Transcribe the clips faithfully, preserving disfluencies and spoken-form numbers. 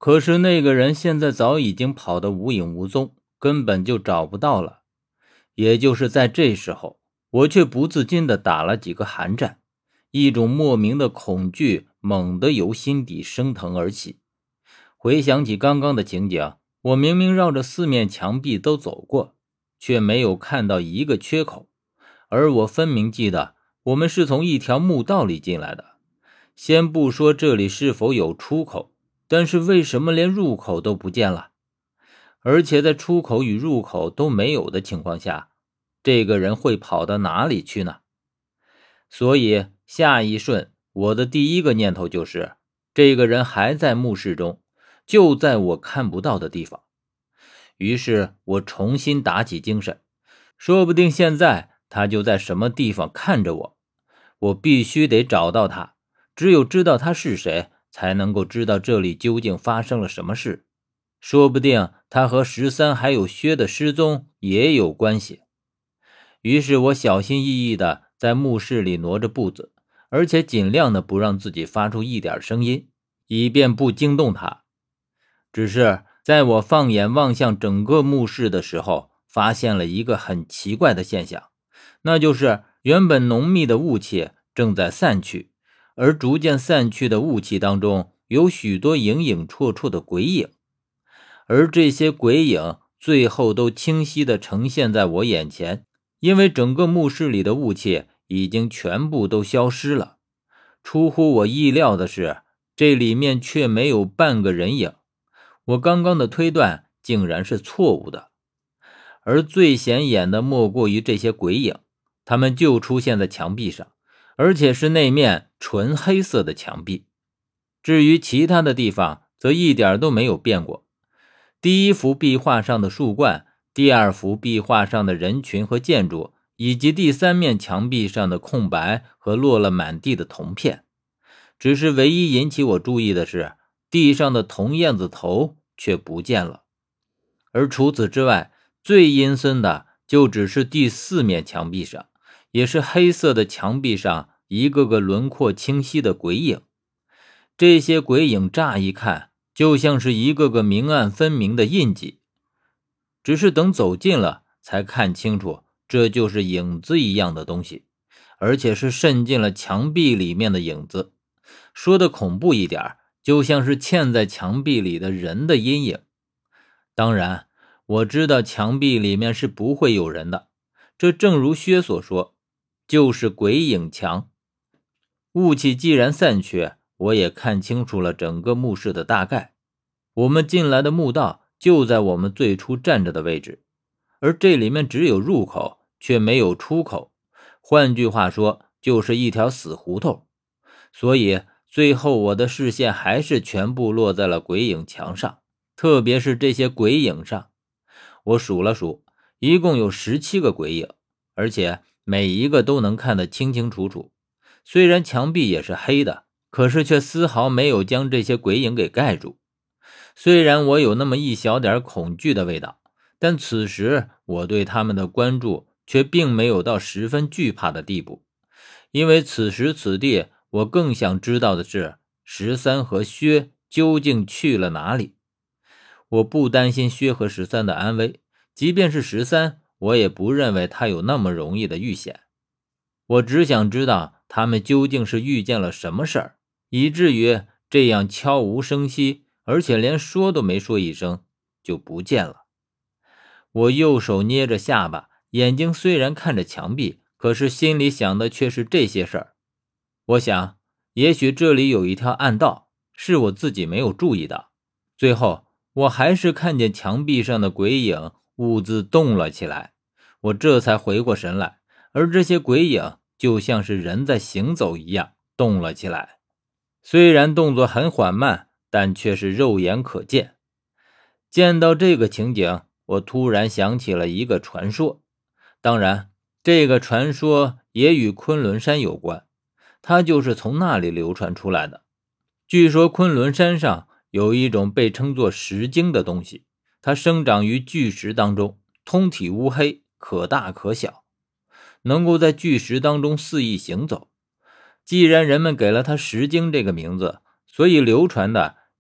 可是那个人现在早已经跑得无影无踪，根本就找不到了。也就是在这时候，我却不自禁地打了几个寒战，一种莫名的恐惧猛地由心底升腾而起。回想起刚刚的情景，我明明绕着四面墙壁都走过，却没有看到一个缺口，而我分明记得我们是从一条墓道里进来的。先不说这里是否有出口，但是为什么连入口都不见了？而且在出口与入口都没有的情况下，这个人会跑到哪里去呢？所以下一瞬，我的第一个念头就是，这个人还在墓室中，就在我看不到的地方。于是我重新打起精神，说不定现在他就在什么地方看着我，我必须得找到他，只有知道他是谁，才能够知道这里究竟发生了什么事。说不定他和十三还有薛的失踪也有关系。于是我小心翼翼地在墓室里挪着步子，而且尽量的不让自己发出一点声音，以便不惊动他。只是在我放眼望向整个墓室的时候，发现了一个很奇怪的现象，那就是原本浓密的雾气正在散去，而逐渐散去的雾气当中有许多影影绰绰的鬼影，而这些鬼影最后都清晰地呈现在我眼前，因为整个墓室里的雾气已经全部都消失了。出乎我意料的是，这里面却没有半个人影，我刚刚的推断竟然是错误的。而最显眼的莫过于这些鬼影，它们就出现在墙壁上，而且是那面纯黑色的墙壁。至于其他的地方则一点都没有变过。第一幅壁画上的树冠，第二幅壁画上的人群和建筑，以及第三面墙壁上的空白和落了满地的铜片。只是唯一引起我注意的是，地上的铜燕子头却不见了。而除此之外，最阴森的就只是第四面墙壁上，也是黑色的墙壁上一个个轮廓清晰的鬼影。这些鬼影乍一看就像是一个个明暗分明的印记，只是等走近了才看清楚，这就是影子一样的东西，而且是渗进了墙壁里面的影子。说的恐怖一点，就像是嵌在墙壁里的人的阴影。当然，我知道墙壁里面是不会有人的，这正如薛所说，就是鬼影墙。雾气既然散去，我也看清楚了整个墓室的大概。我们进来的墓道就在我们最初站着的位置，而这里面只有入口，却没有出口。换句话说，就是一条死胡同。所以最后我的视线还是全部落在了鬼影墙上，特别是这些鬼影上。我数了数，一共有十七个鬼影，而且每一个都能看得清清楚楚。虽然墙壁也是黑的，可是却丝毫没有将这些鬼影给盖住。虽然我有那么一小点恐惧的味道，但此时我对他们的关注却并没有到十分惧怕的地步，因为此时此地我更想知道的是，十三和薛究竟去了哪里。我不担心薛和十三的安危，即便是十三，我也不认为他有那么容易的遇险。我只想知道他们究竟是遇见了什么事儿，以至于这样悄无声息，而且连说都没说一声就不见了。我右手捏着下巴，眼睛虽然看着墙壁，可是心里想的却是这些事儿。我想，也许这里有一条暗道，是我自己没有注意到。最后我还是看见墙壁上的鬼影兀自动了起来，我这才回过神来，而这些鬼影就像是人在行走一样动了起来，虽然动作很缓慢，但却是肉眼可见。见到这个情景，我突然想起了一个传说，当然这个传说也与昆仑山有关，它就是从那里流传出来的。据说昆仑山上有一种被称作石精的东西，它生长于巨石当中，通体乌黑，可大可小，能够在巨石当中肆意行走。既然人们给了它石精这个名字，所以流传的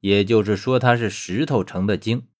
也就是说它是石头成的精。